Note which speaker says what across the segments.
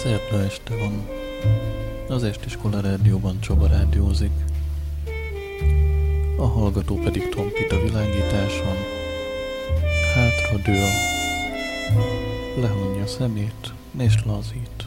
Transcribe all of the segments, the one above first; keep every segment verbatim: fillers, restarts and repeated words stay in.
Speaker 1: Szerda este van. Az Estiskola rádióban Csaba rádiózik. A hallgató pedig tompít a világításon. Hátra dől. Lehunja szemét és lazít.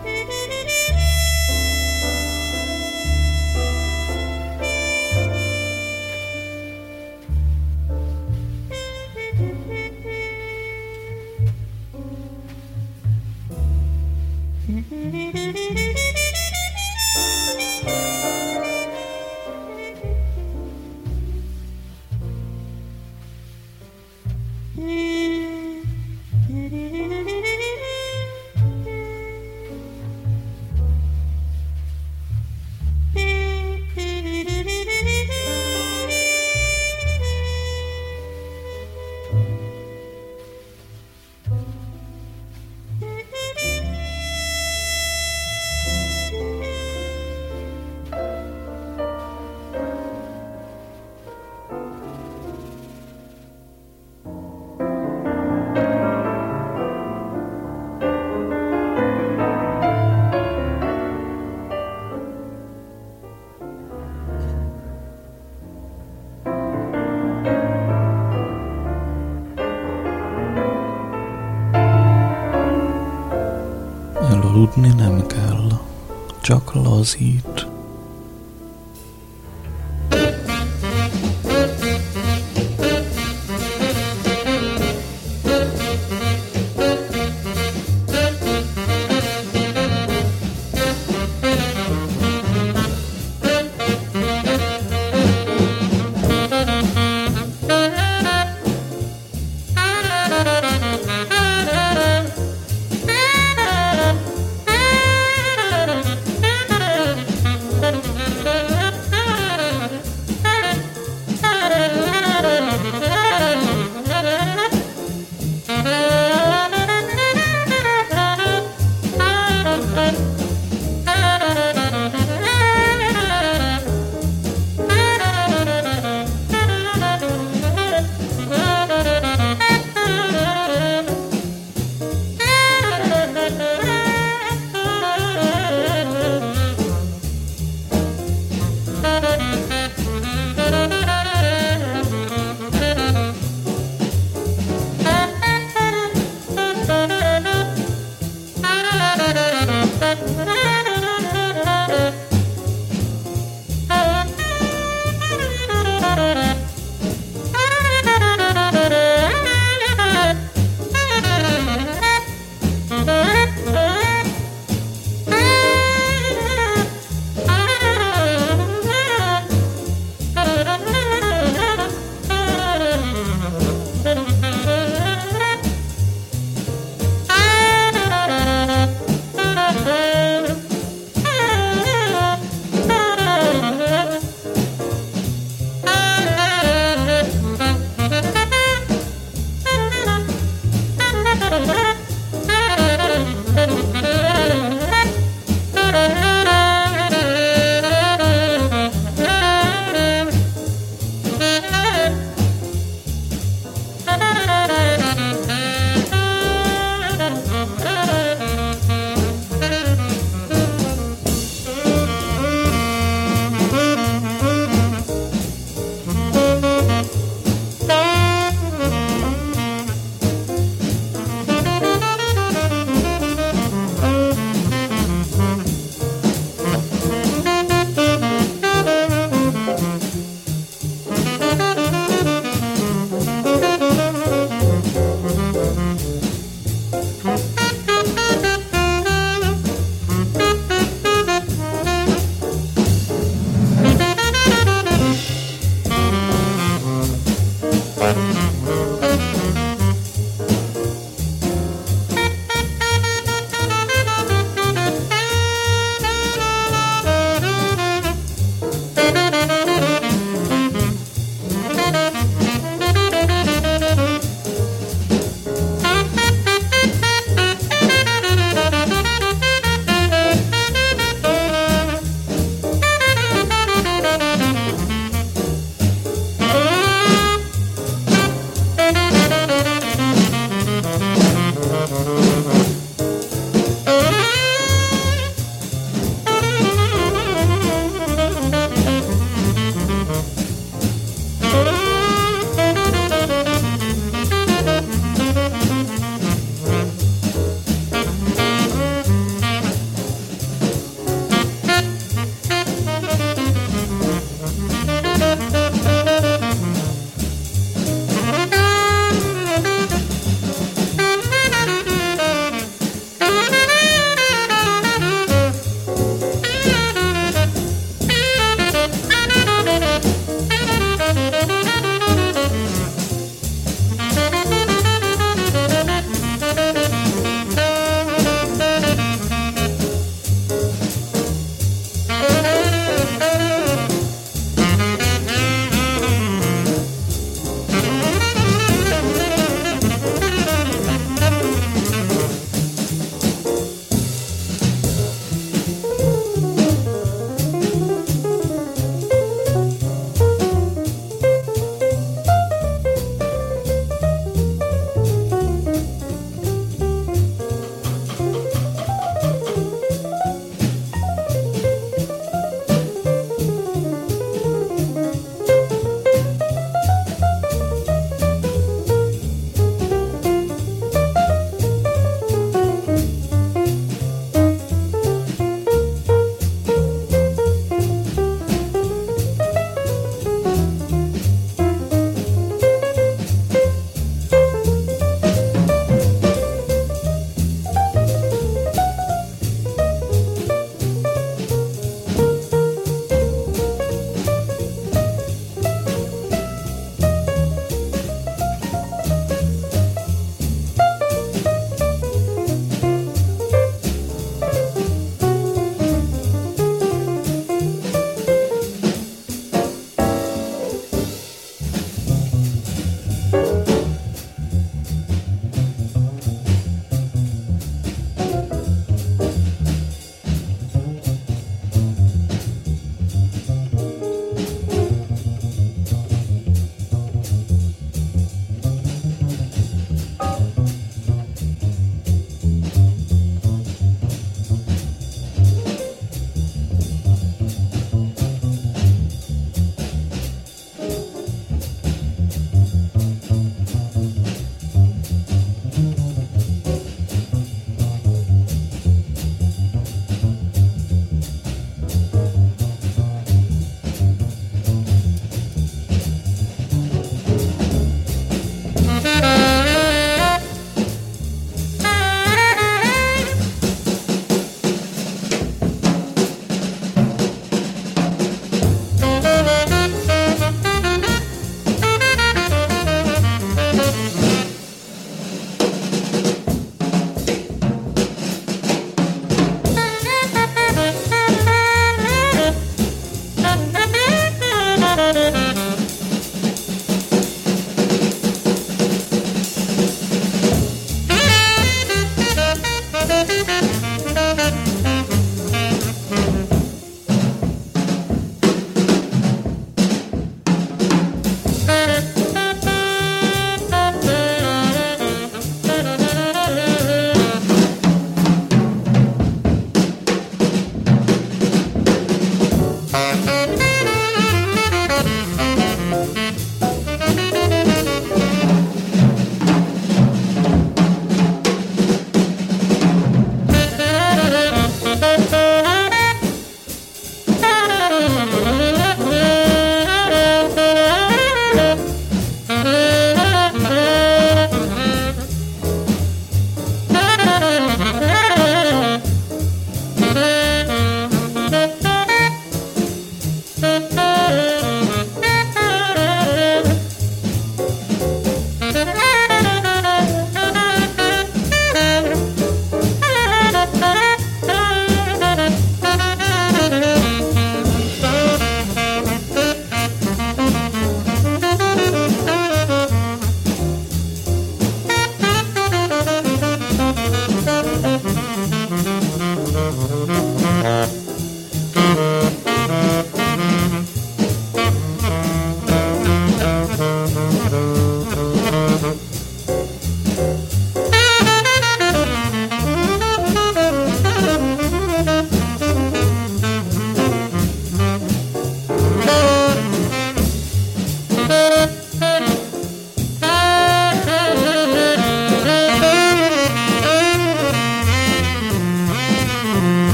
Speaker 1: Elaludni nem kell, csak lazít.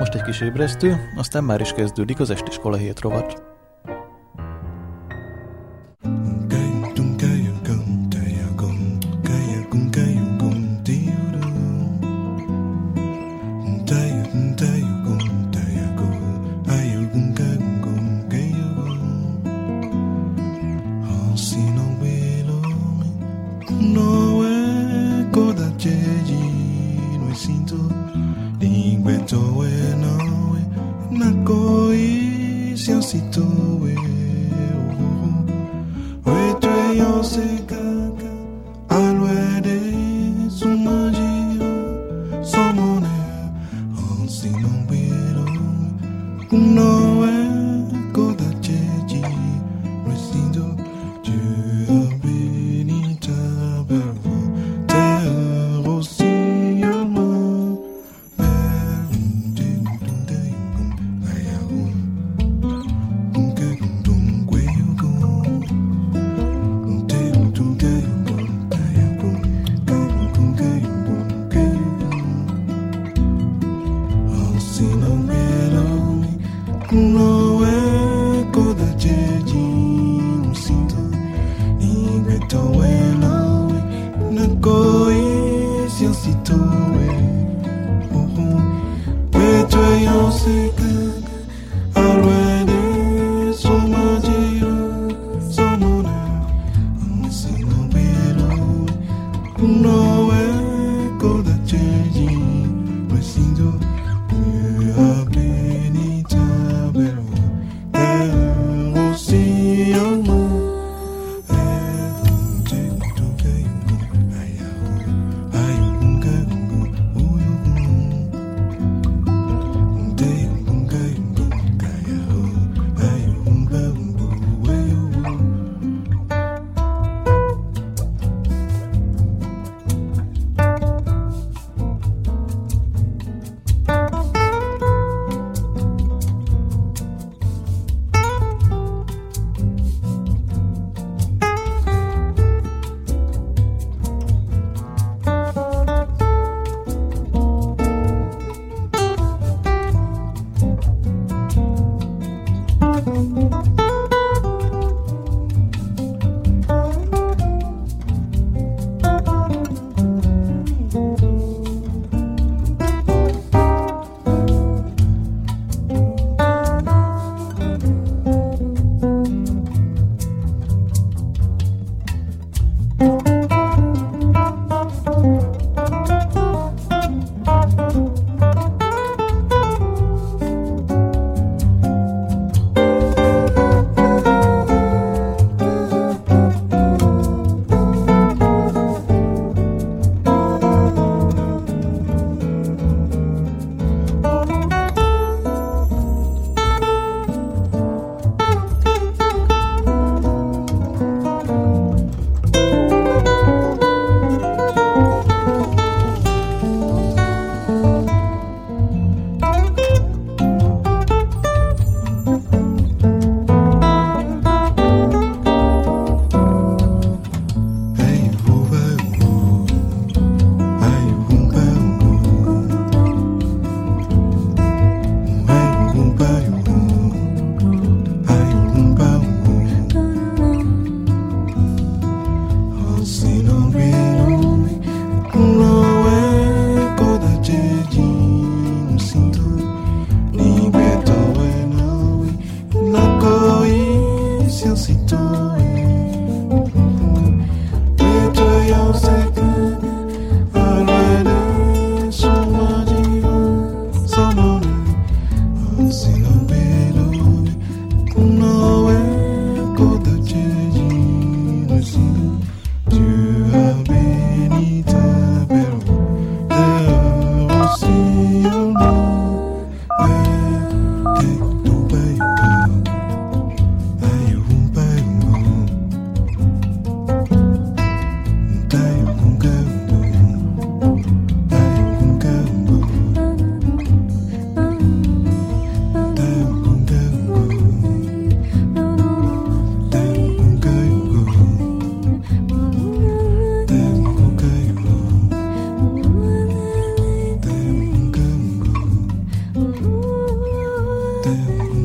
Speaker 1: Most egy kis ébresztő, aztán már is kezdődik az estiskola hét rovat.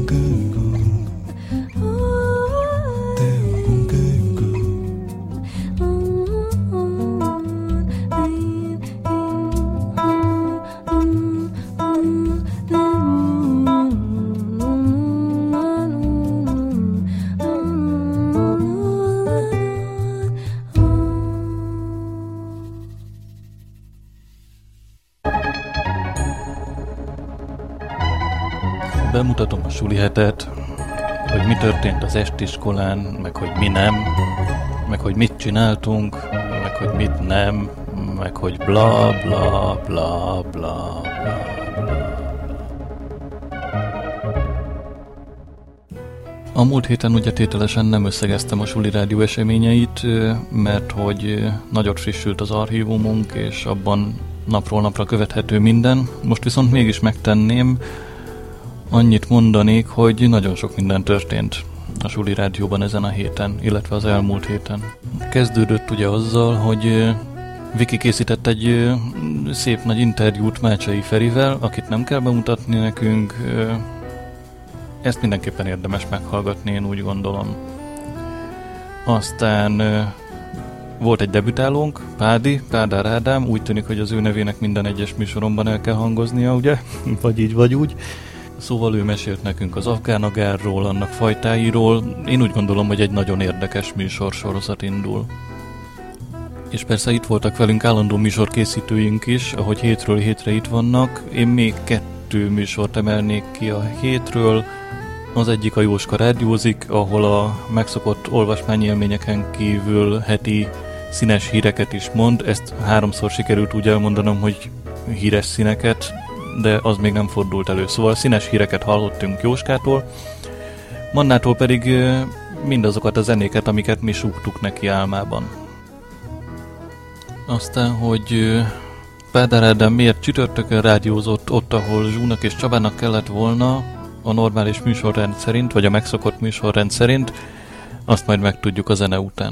Speaker 1: Bemutatom a suli hetet, hogy mi történt az estiskolán, meg hogy mi nem, meg hogy mit csináltunk, meg hogy mit nem, meg hogy bla bla bla bla bla bla. A múlt héten ugye tételesen nem összegeztem a Suli Rádió eseményeit, mert hogy nagyot frissült az archívumunk, és abban napról napra követhető minden. Most viszont mégis megtenném, annyit mondanék, hogy nagyon sok minden történt a Suli Rádióban ezen a héten, illetve az elmúlt héten. Kezdődött ugye azzal, hogy Viki készített egy szép nagy interjút Mácsai Ferivel, akit nem kell bemutatni nekünk. Ezt mindenképpen érdemes meghallgatni, én úgy gondolom. Aztán volt egy debütálónk, Pádi, Pádár Ádám, úgy tűnik, hogy az ő nevének minden egyes műsoromban el kell hangoznia, ugye? Vagy így, vagy úgy. Szóval ő mesélt nekünk az afgánagárról, annak fajtáiról. Én úgy gondolom, hogy egy nagyon érdekes műsorsorozat indul. És persze itt voltak velünk állandó műsorkészítőink is, ahogy hétről hétre itt vannak. Én még kettő műsort emelnék ki a hétről. Az egyik a Jóska rádiózik, ahol a megszokott olvasmányélményeken kívül heti színes híreket is mond. Ezt háromszor sikerült úgy elmondanom, hogy híres színeket, de az még nem fordult elő. Szóval színes híreket hallottunk Jóskától, Mannától pedig mindazokat a zenéket, amiket mi súgtuk neki álmában. Aztán, hogy Pádár Ádám miért csütörtökön rádiózott ott, ahol Zsúnak és Csabának kellett volna a normális műsorrend szerint, vagy a megszokott műsorrend szerint, azt majd megtudjuk a zene után.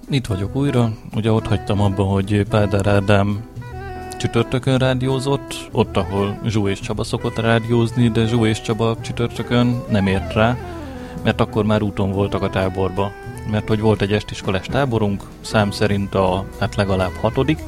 Speaker 1: Itt vagyok újra, ugye ott hagytam abba, hogy Pádár Ádám csütörtökön rádiózott, ott, ahol Zsó és Csaba szokott rádiózni, de Zsó és Csaba csütörtökön nem ért rá, mert akkor már úton voltak a táborba. Mert hogy volt egy estiskolás táborunk, szám szerint a, hát legalább hatodik,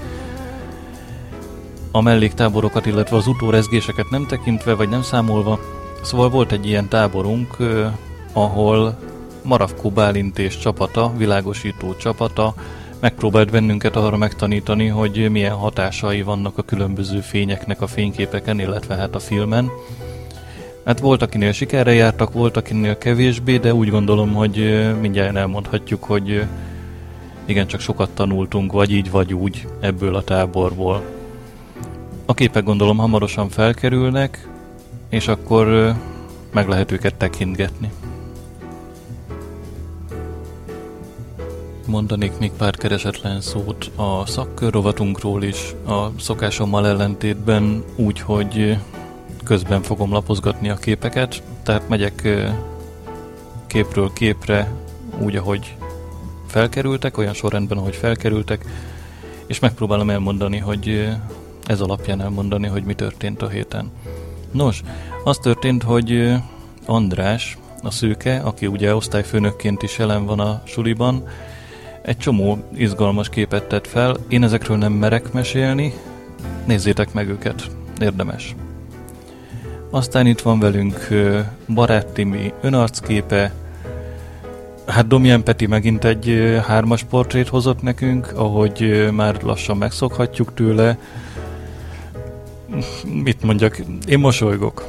Speaker 1: a melléktáborokat, illetve az utórezgéseket nem tekintve, vagy nem számolva. Szóval volt egy ilyen táborunk, eh, ahol Maravkó Bálint és csapata, világosító csapata megpróbált bennünket arra megtanítani, hogy milyen hatásai vannak a különböző fényeknek a fényképeken, illetve hát a filmen. Hát volt, akinél sikerre jártak, volt, akinél kevésbé, de úgy gondolom, hogy mindjárt elmondhatjuk, hogy igencsak sokat tanultunk, vagy így, vagy úgy ebből a táborból. A képek gondolom hamarosan felkerülnek, és akkor meg lehet őket tekintgetni. Mondanék még pár keresetlen szót a szakkör rovatunkról is, a szokásommal ellentétben úgy, hogy közben fogom lapozgatni a képeket, tehát megyek képről képre úgy, ahogy felkerültek, olyan sorrendben, ahogy felkerültek, és megpróbálom elmondani, hogy ez alapján elmondani, hogy mi történt a héten. Nos, az történt, hogy András, a szőke, aki ugye osztályfőnökként is jelen van a suliban, egy csomó izgalmas képet tett fel. Én ezekről nem merek mesélni, nézzétek meg őket, érdemes. Aztán itt van velünk Barát Timi önarcképe, hát Domján Peti megint egy hármas portrét hozott nekünk, ahogy már lassan megszokhatjuk tőle. Mit mondjak, én mosolygok.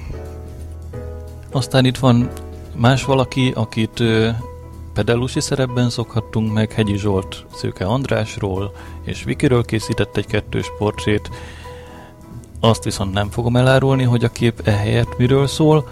Speaker 1: Aztán itt van más valaki, akit pedellusi szerepben szokhattunk meg, Hegyi Zsolt Szőke Andrásról, és Vikiről készített egy kettős portrét. Azt viszont nem fogom elárulni, hogy a kép ehelyett miről szól.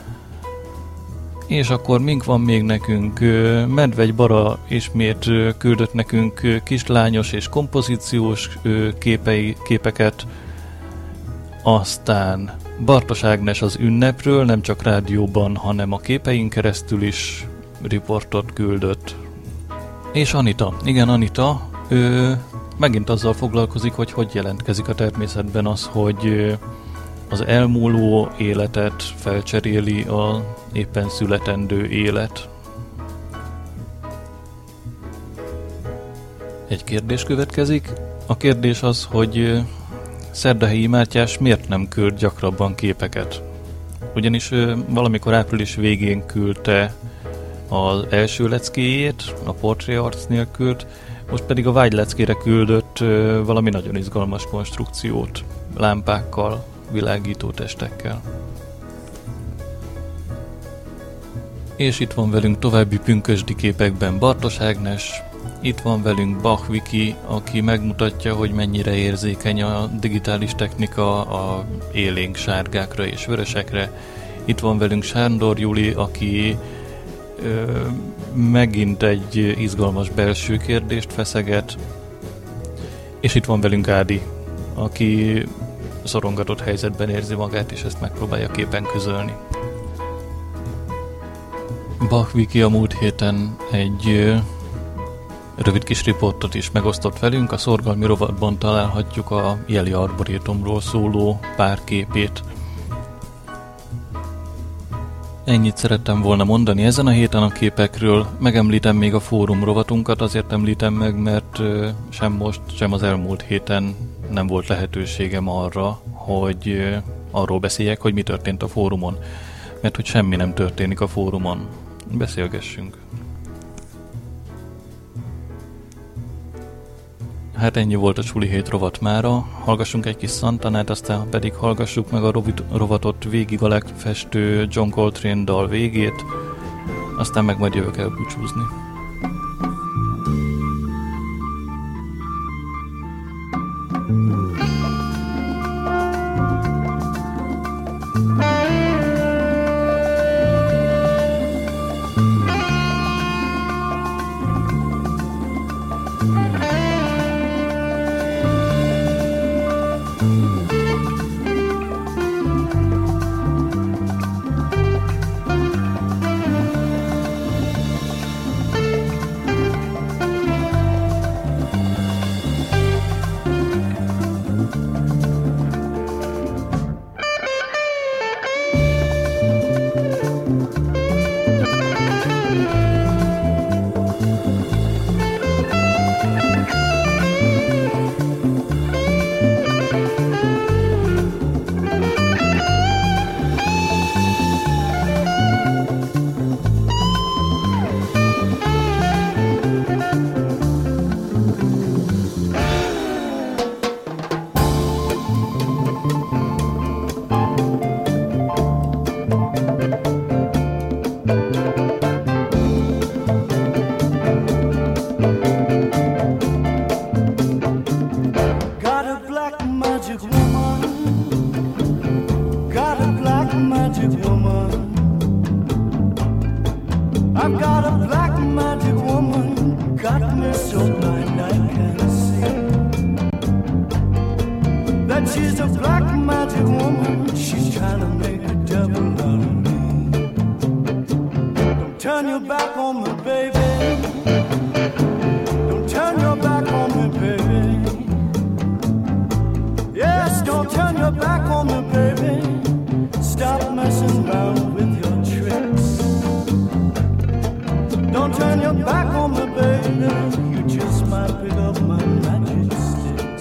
Speaker 1: És akkor mink van még nekünk? Medvegy Bara ismét küldött nekünk kislányos és kompozíciós képei, képeket. Aztán Bartos Ágnes az ünnepről, nem csak rádióban, hanem a képeink keresztül is riportot küldött. És Anita, igen Anita, ő megint azzal foglalkozik, hogy hogy jelentkezik a természetben az, hogy az elmúló életet felcseréli a éppen születendő élet. Egy kérdés következik. A kérdés az, hogy Szerdahelyi Mátyás miért nem küld gyakrabban képeket? Ugyanis valamikor április végén küldte az első leckéjét, a portré arc nélkül, most pedig a vágyleckére küldött valami nagyon izgalmas konstrukciót, lámpákkal, világító testekkel. És itt van velünk további pünkösdi képekben Bartos Ágnes, itt van velünk Bach Viki, aki megmutatja, hogy mennyire érzékeny a digitális technika a élénk sárgákra és vörösekre. Itt van velünk Sándor Juli, aki ö, megint egy izgalmas belső kérdést feszeget. És itt van velünk Ádi, aki szorongatott helyzetben érzi magát, és ezt megpróbálja képen közölni. Bach Viki a múlt héten egy ö, rövid kis riportot is megosztott velünk, a szorgalmi rovatban találhatjuk a Jeli Arborétumról szóló pár képét. Ennyit szerettem volna mondani ezen a héten a képekről, megemlítem még a fórum rovatunkat, azért említem meg, mert sem most, sem az elmúlt héten nem volt lehetőségem arra, hogy arról beszéljek, hogy mi történt a fórumon, mert hogy semmi nem történik a fórumon. Beszélgessünk. Hát ennyi volt a suli hét rovat mára, hallgassunk egy kis Santanát, aztán pedig hallgassuk meg a rovatot végig a legfestő John Coltrane dal végét, aztán meg majd jövök el búcsúzni.
Speaker 2: I've got a black magic woman, got me so blind I can't see that she's a black magic woman. She's trying to make a devil out of me. Don't turn your back on me, baby. Don't turn your back on me, baby. Yes, don't turn your back on me, baby. Stop messing around with your tricks. Don't turn your back on me, baby. You just might pick up my magic sticks.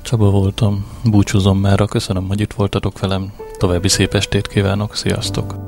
Speaker 1: Csaba voltam, búcsúzom mára, köszönöm, hogy itt voltatok velem, további szép estét kívánok, sziasztok!